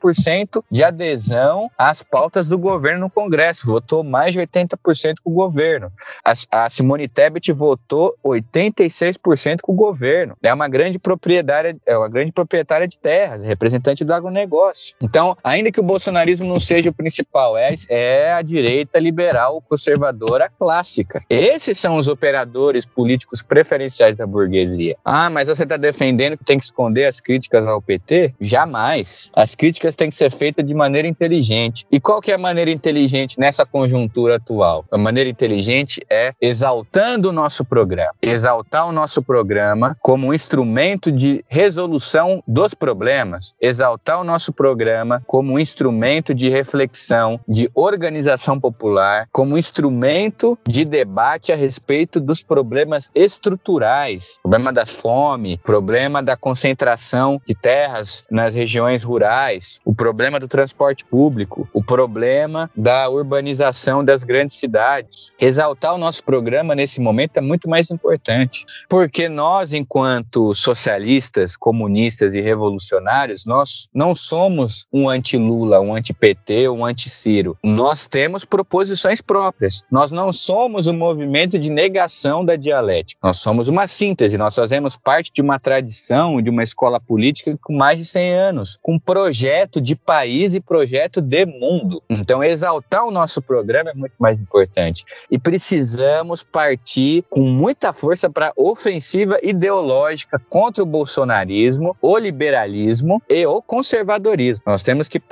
80% de adesão às pautas do governo no Congresso. Votou mais de 80% com o governo. A Simone Tebet votou 86% com o governo. É uma grande proprietária de terras, representante do agronegócio. Então, ainda que o bolsonarismo não seja o principal, é a direita liberal conservadora clássica. Esses são os operadores políticos preferenciais da burguesia. Ah, mas você está defendendo que tem que esconder as críticas ao PT? Jamais. As críticas têm que ser feitas de maneira inteligente. E qual que é a maneira inteligente nessa conjuntura atual? A maneira inteligente é exaltando o nosso programa. Exaltar o nosso programa como um instrumento de resolução dos problemas. Exaltar o nosso programa como um instrumento de reflexão, de organização popular, como um instrumento de debate a respeito dos problemas estruturais. Problema da fome, problema da concentração de terras nas regiões rurais, o problema do transporte público, o problema da urbanização das grandes cidades. Exaltar o nosso programa nesse momento é muito mais importante, porque nós, enquanto socialistas, comunistas e revolucionários, nós não somos um anti-Lula, um anti-PT, um anti-Ciro. Nós temos proposições próprias. Nós não somos um movimento de negação da dialética. Nós somos uma síntese. Nós fazemos parte de uma tradição, de uma escola política com mais de 100 anos, com projetos projeto de país e projeto de mundo. Então, exaltar o nosso programa é muito mais importante. E precisamos partir com muita força para a ofensiva ideológica contra o bolsonarismo, o liberalismo e o conservadorismo. Nós temos que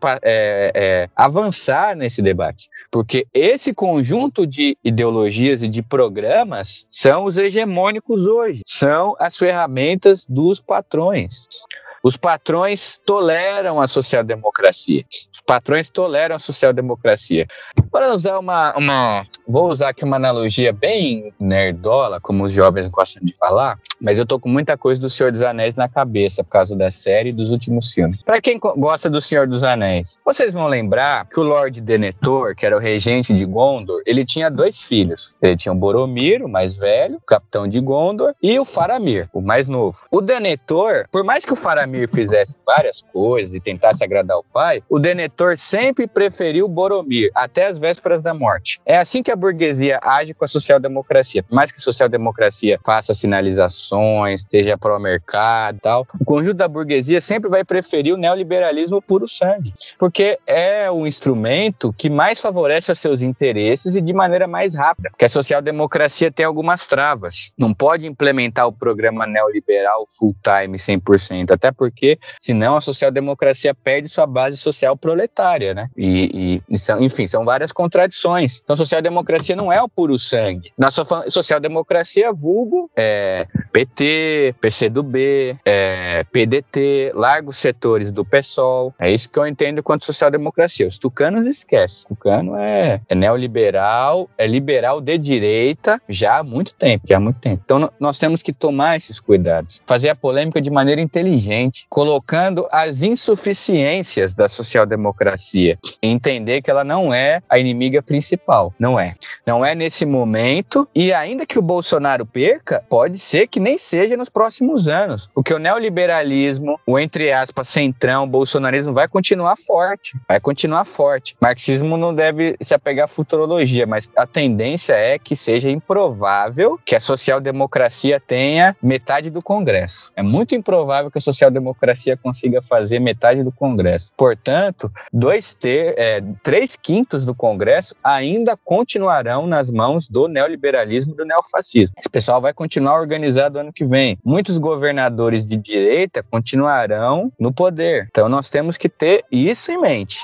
avançar nesse debate, porque esse conjunto de ideologias e de programas são os hegemônicos hoje, são as ferramentas dos patrões. Os patrões toleram a social-democracia. Os patrões toleram a social-democracia. Para usar vou usar aqui uma analogia bem nerdola, como os jovens gostam de falar, mas eu tô com muita coisa do Senhor dos Anéis na cabeça por causa da série e dos últimos filmes. Para quem gosta do Senhor dos Anéis, vocês vão lembrar que o Lord Denethor, que era o regente de Gondor, ele tinha 2 filhos. Ele tinha o Boromir, o mais velho, o capitão de Gondor, e o Faramir, o mais novo. O Denethor, por mais que o Faramir fizesse várias coisas e tentasse agradar o pai, o Denethor sempre preferiu o Boromir, até as vésperas da morte. É assim que a burguesia age com a social-democracia. Por mais que a social-democracia faça sinalizações, esteja pró-mercado e tal, o conjunto da burguesia sempre vai preferir o neoliberalismo puro sangue, porque é o instrumento que mais favorece os seus interesses e de maneira mais rápida, porque a social-democracia tem algumas travas. Não pode implementar o programa neoliberal full-time 100%, até porque, senão, a social-democracia perde sua base social proletária, né? Enfim, são várias contradições. Então, social-democracia não é o puro sangue. Na social-democracia, vulgo, PT, PCdoB, PDT, largos setores do PSOL. É isso que eu entendo quanto social-democracia. Os tucanos esquecem. O tucano é neoliberal, é liberal de direita já há muito tempo. Então, nós temos que tomar esses cuidados. Fazer a polêmica de maneira inteligente, colocando as insuficiências da social-democracia. E entender que ela não é a inimiga principal. Não é. Não é nesse momento, e ainda que o Bolsonaro perca, pode ser que nem seja nos próximos anos. Porque o neoliberalismo, o entre aspas centrão, o bolsonarismo vai continuar forte. Marxismo não deve se apegar à futurologia, mas a tendência é que seja improvável que a social-democracia tenha metade do Congresso. É muito improvável que a social-democracia consiga fazer metade do Congresso. Portanto, 3/5 do Congresso ainda continuarão nas mãos do neoliberalismo e do neofascismo. Esse pessoal vai continuar organizado ano que vem. Muitos governadores de direita continuarão no poder. Então, nós temos que ter isso em mente.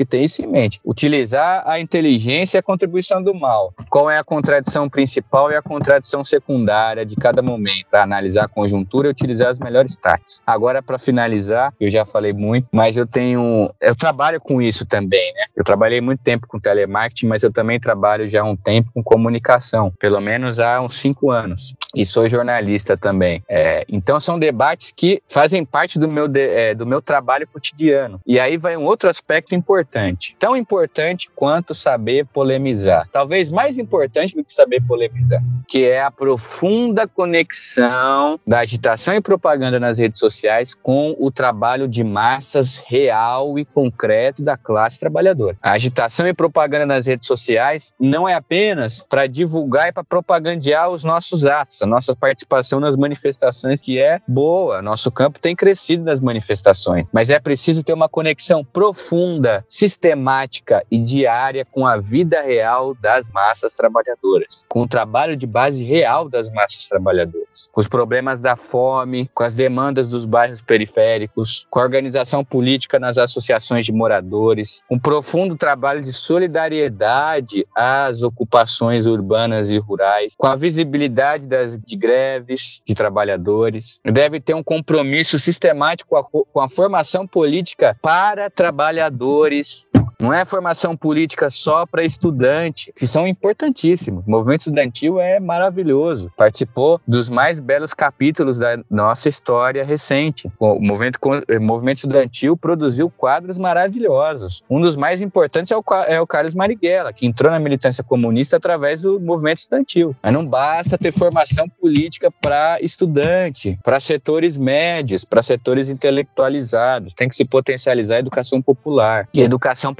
Utilizar a inteligência e a contribuição do mal. Qual é a contradição principal e a contradição secundária de cada momento? Para analisar a conjuntura e utilizar as melhores táticas. Agora, para finalizar, eu já falei muito, mas eu trabalho com isso também, né? Eu trabalhei muito tempo com telemarketing, mas eu também trabalho já há um tempo com comunicação, pelo menos há uns 5 anos. E sou jornalista também. Então são debates que fazem parte do meu trabalho cotidiano. E aí vai um outro aspecto importante. Tão importante quanto saber polemizar. Talvez mais importante do que saber polemizar. Que é a profunda conexão da agitação e propaganda nas redes sociais com o trabalho de massas real e concreto da classe trabalhadora. A agitação e propaganda nas redes sociais não é apenas para divulgar e para propagandear os nossos atos, a nossa participação nas manifestações, que é boa. Nosso campo tem crescido nas manifestações, mas é preciso ter uma conexão profunda, sistemática e diária com a vida real das massas trabalhadoras, com o trabalho de base real das massas trabalhadoras, com os problemas da fome, com as demandas dos bairros periféricos, com a organização política nas associações de moradores, um profundo trabalho de solidariedade às ocupações urbanas e rurais, com a visibilidade de greves de trabalhadores. Deve ter um compromisso sistemático com a formação política para trabalhadores. Não é formação política só para estudante, que são importantíssimos. O movimento estudantil é maravilhoso. Participou dos mais belos capítulos da nossa história recente. O movimento estudantil produziu quadros maravilhosos. Um dos mais importantes é o Carlos Marighella, que entrou na militância comunista através do movimento estudantil. Mas não basta ter formação política para estudante, para setores médios, para setores intelectualizados. Tem que se potencializar a educação popular. E a educação popular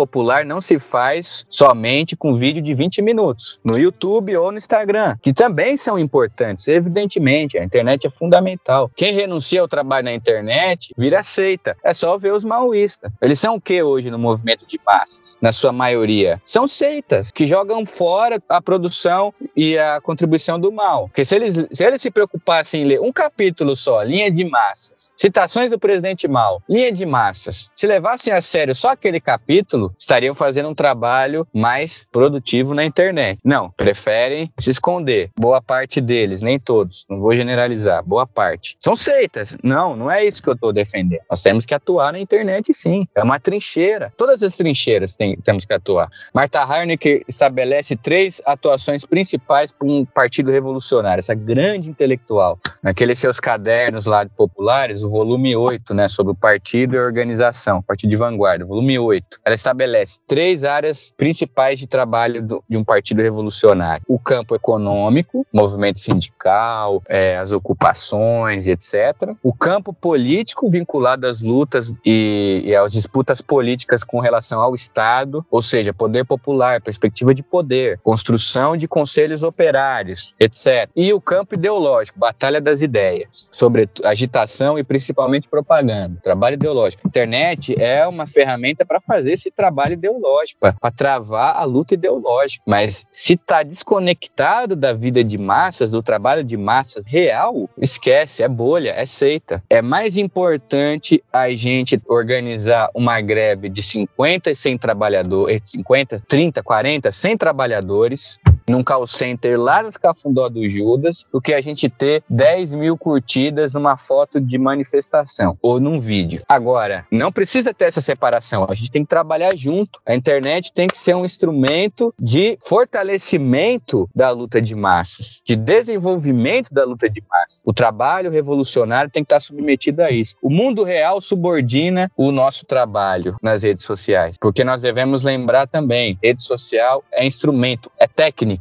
popular não se faz somente com vídeo de 20 minutos, no YouTube ou no Instagram, que também são importantes, evidentemente, a internet é fundamental. Quem renuncia ao trabalho na internet vira seita, é só ver os maoístas. Eles são o que hoje no movimento de massas? Na sua maioria, são seitas que jogam fora a produção e a contribuição do mal. Porque se eles se preocupassem em ler um capítulo só, linha de massas, citações do presidente Mao, linha de massas, se levassem a sério só aquele capítulo, estariam fazendo um trabalho mais produtivo na internet. Não, preferem se esconder. Boa parte deles, nem todos, não vou generalizar, boa parte. São seitas. Não é isso que eu estou defendendo. Nós temos que atuar na internet, sim. É uma trincheira. Todas as trincheiras temos que atuar. Martha Harnecker estabelece 3 atuações principais para um partido revolucionário, essa grande intelectual. Naqueles seus cadernos lá de populares, o volume 8, né, sobre o partido e a organização, partido de vanguarda, volume 8. Ela estabelece 3 áreas principais de trabalho de um partido revolucionário. O campo econômico, movimento sindical, as ocupações, etc. O campo político, vinculado às lutas e às disputas políticas com relação ao Estado, ou seja, poder popular, perspectiva de poder, construção de conselhos operários, etc. E o campo ideológico, batalha das ideias, sobre agitação e principalmente propaganda, trabalho ideológico. A internet é uma ferramenta para fazer esse trabalho ideológico, para travar a luta ideológica. Mas se está desconectado da vida de massas, do trabalho de massas real, esquece, é bolha, é seita. É mais importante a gente organizar uma greve de 50 e 100 trabalhadores, 50, 30, 40, 100 trabalhadores, num call center lá nos Cafundó do Judas, do que a gente ter 10 mil curtidas numa foto de manifestação ou num vídeo. Agora, não precisa ter essa separação, a gente tem que trabalhar junto. A internet tem que ser um instrumento de fortalecimento da luta de massas, de desenvolvimento da luta de massas. O trabalho revolucionário tem que estar submetido a isso. O mundo real subordina o nosso trabalho nas redes sociais, porque nós devemos lembrar também, rede social é instrumento, é técnica,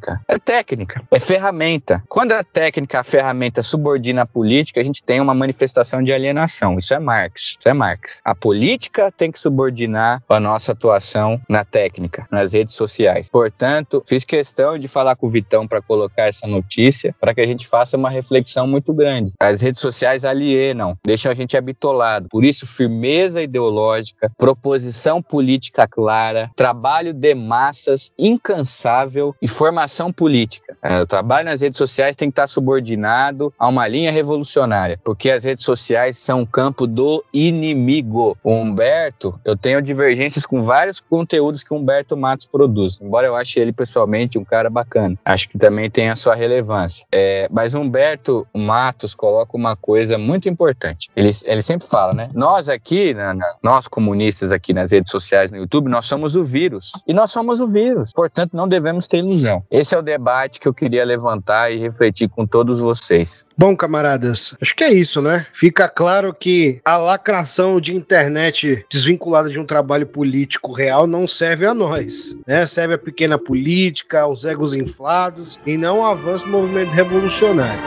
é ferramenta. Quando a técnica, a ferramenta subordina a política, a gente tem uma manifestação de alienação. Isso é Marx. A política tem que subordinar a nossa atuação na técnica, nas redes sociais. Portanto, fiz questão de falar com o Vitão para colocar essa notícia, para que a gente faça uma reflexão muito grande. As redes sociais alienam, deixam a gente habitolado. Por isso, firmeza ideológica, proposição política clara, trabalho de massas incansável e formação política. O trabalho nas redes sociais tem que estar subordinado a uma linha revolucionária, porque as redes sociais são um campo do inimigo. O Humberto, eu tenho divergências com vários conteúdos que o Humberto Matos produz, embora eu ache ele pessoalmente um cara bacana. Acho que também tem a sua relevância. Mas o Humberto Matos coloca uma coisa muito importante. Ele sempre fala, né? Nós aqui, nós comunistas aqui nas redes sociais, no YouTube, nós somos o vírus. E nós somos o vírus. Portanto, não devemos ter ilusão. Esse é o debate que eu queria levantar e refletir com todos vocês. Bom, camaradas, acho que é isso, né? Fica claro que a lacração de internet desvinculada de um trabalho político real não serve a nós, né? Serve a pequena política, aos egos inflados e não ao avanço do movimento revolucionário.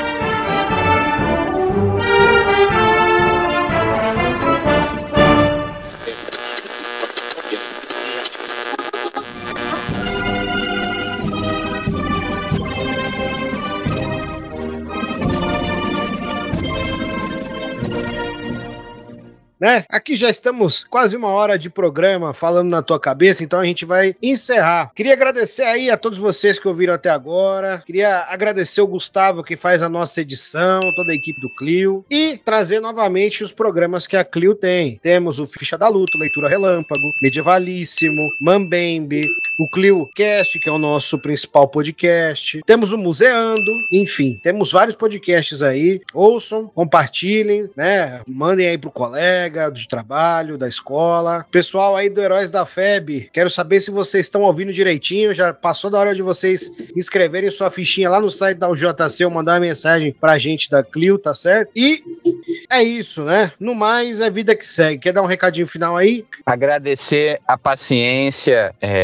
Né? Aqui já estamos quase 1 hora de programa falando na tua cabeça, então a gente vai encerrar. Queria agradecer aí a todos vocês que ouviram até agora, queria agradecer o Gustavo que faz a nossa edição, toda a equipe do Clio, e trazer novamente os programas que a Clio tem. Temos o Ficha da Luta, Leitura Relâmpago, Medievalíssimo, Mambembe, o Clio Cast, que é o nosso principal podcast, temos o Museando, enfim, temos vários podcasts aí, ouçam, compartilhem, né? Mandem aí pro colega de trabalho, da escola. Pessoal aí do Heróis da FEB, quero saber se vocês estão ouvindo direitinho, já passou da hora de vocês inscreverem sua fichinha lá no site da UJC ou mandar uma mensagem pra gente da Clio, tá certo? E é isso, né? No mais, é vida que segue. Quer dar um recadinho final aí? Agradecer a paciência e o carinho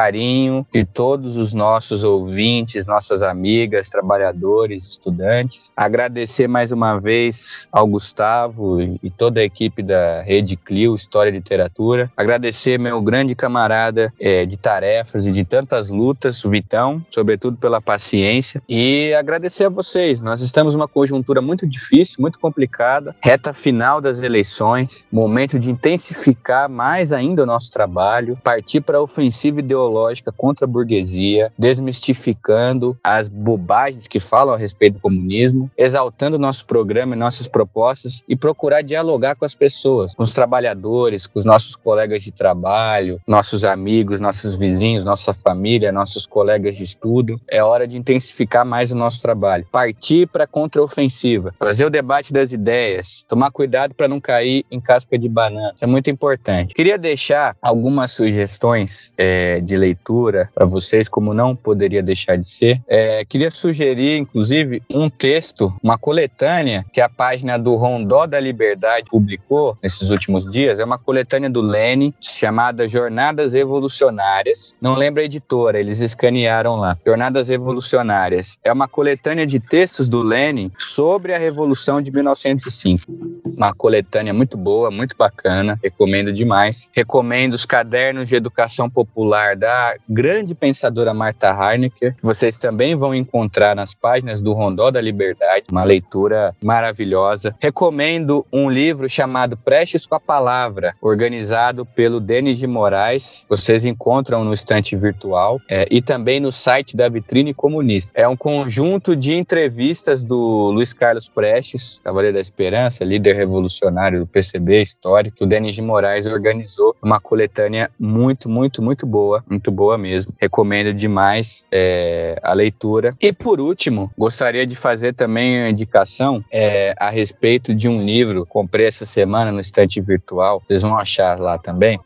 carinho de todos os nossos ouvintes, nossas amigas, trabalhadores, estudantes. Agradecer mais uma vez ao Gustavo e toda a equipe da Rede Clio, História e Literatura. Agradecer meu grande camarada de tarefas e de tantas lutas, o Vitão, sobretudo pela paciência. E agradecer a vocês. Nós estamos numa conjuntura muito difícil, muito complicada, reta final das eleições, momento de intensificar mais ainda o nosso trabalho, partir para a ofensiva ideológica contra a burguesia, desmistificando as bobagens que falam a respeito do comunismo, exaltando o nosso programa e nossas propostas e procurar dialogar com as pessoas, com os trabalhadores, com os nossos colegas de trabalho, nossos amigos, nossos vizinhos, nossa família, nossos colegas de estudo. É hora de intensificar mais o nosso trabalho, partir para a contraofensiva, fazer o debate das ideias, tomar cuidado para não cair em casca de banana. Isso é muito importante. Queria deixar algumas sugestões de leitura para vocês, como não poderia deixar de ser. Queria sugerir, inclusive, um texto, uma coletânea que a página do Rondó da Liberdade publicou nesses últimos dias. É uma coletânea do Lenin, chamada Jornadas Revolucionárias. Não lembro a editora, eles escanearam lá. Jornadas Revolucionárias. É uma coletânea de textos do Lenin sobre a Revolução de 1905. Uma coletânea muito boa, muito bacana, recomendo demais. Recomendo os cadernos de educação popular da grande pensadora Martha Heinecker, que vocês também vão encontrar nas páginas do Rondó da Liberdade, uma leitura maravilhosa. Recomendo um livro chamado Prestes com a Palavra, organizado pelo Denis de Moraes. Vocês encontram no estante virtual e também no site da Vitrine Comunista. É um conjunto de entrevistas do Luiz Carlos Prestes, Cavaleiro da Esperança, líder revolucionário do PCB histórico, que o Denis de Moraes organizou, uma coletânea muito, muito, muito boa mesmo. Recomendo demais a leitura. E por último, gostaria de fazer também uma indicação a respeito de um livro, comprei essa semana no estante virtual, vocês vão achar lá também,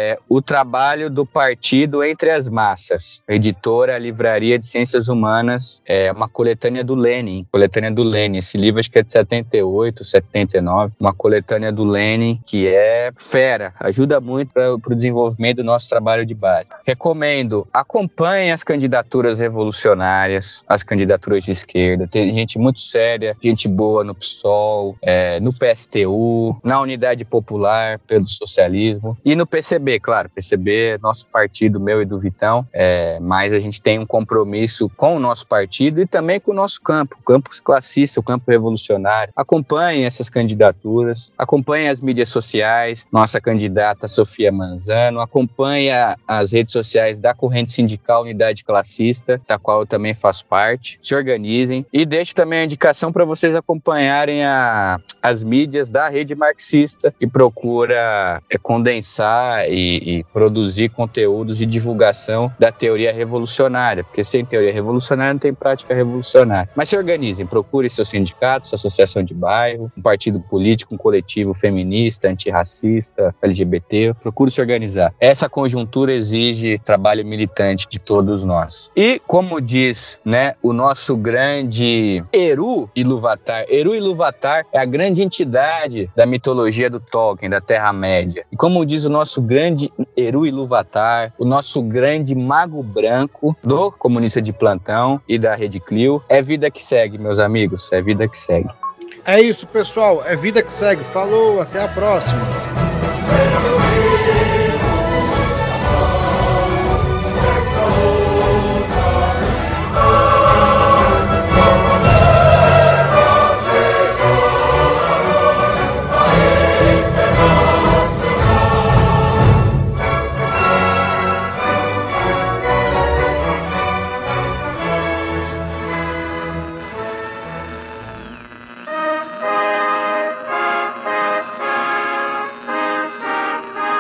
O Trabalho do Partido entre as Massas, editora Livraria de Ciências Humanas, uma coletânea do Lenin, esse livro acho que é de 78, 79, uma coletânea do Lenin que é fera, ajuda muito para o desenvolvimento do nosso trabalho de base. Recomendo, acompanhem as candidaturas revolucionárias, as candidaturas de esquerda, tem gente muito séria, gente boa no PSOL, no PSTU, na Unidade Popular pelo Socialismo e no PCB, claro, PCB é nosso partido, meu e do Vitão, mas a gente tem um compromisso com o nosso partido e também com o nosso campo, o campo classista, o campo revolucionário. Acompanhem essas candidaturas, acompanhem as mídias sociais, nossa candidata Sofia Manzano, acompanhem as redes sociais da corrente sindical Unidade Classista, da qual eu também faço parte, se organizem e deixo também a indicação para vocês acompanharem as mídias da rede marxista, que procura condensar e produzir conteúdos de divulgação da teoria revolucionária, porque sem teoria revolucionária não tem prática revolucionária. Mas se organizem, procurem seu sindicato, sua associação de bairro, um partido político, um coletivo feminista, antirracista, LGBT, procure se organizar. Essa conjuntura exige trabalho militante de todos nós. E, como diz, o nosso grande Eru Ilúvatar é a grande entidade da mitologia do Tolkien, da Terra-média. E como diz o nosso grande Eru Ilúvatar, o nosso grande mago branco do Comunista de Plantão e da Rede Clio, é vida que segue, meus amigos, é vida que segue. É isso, pessoal, é vida que segue. Falou, até a próxima.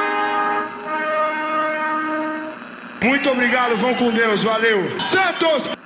Muito obrigado, vão com Deus, valeu. Santos!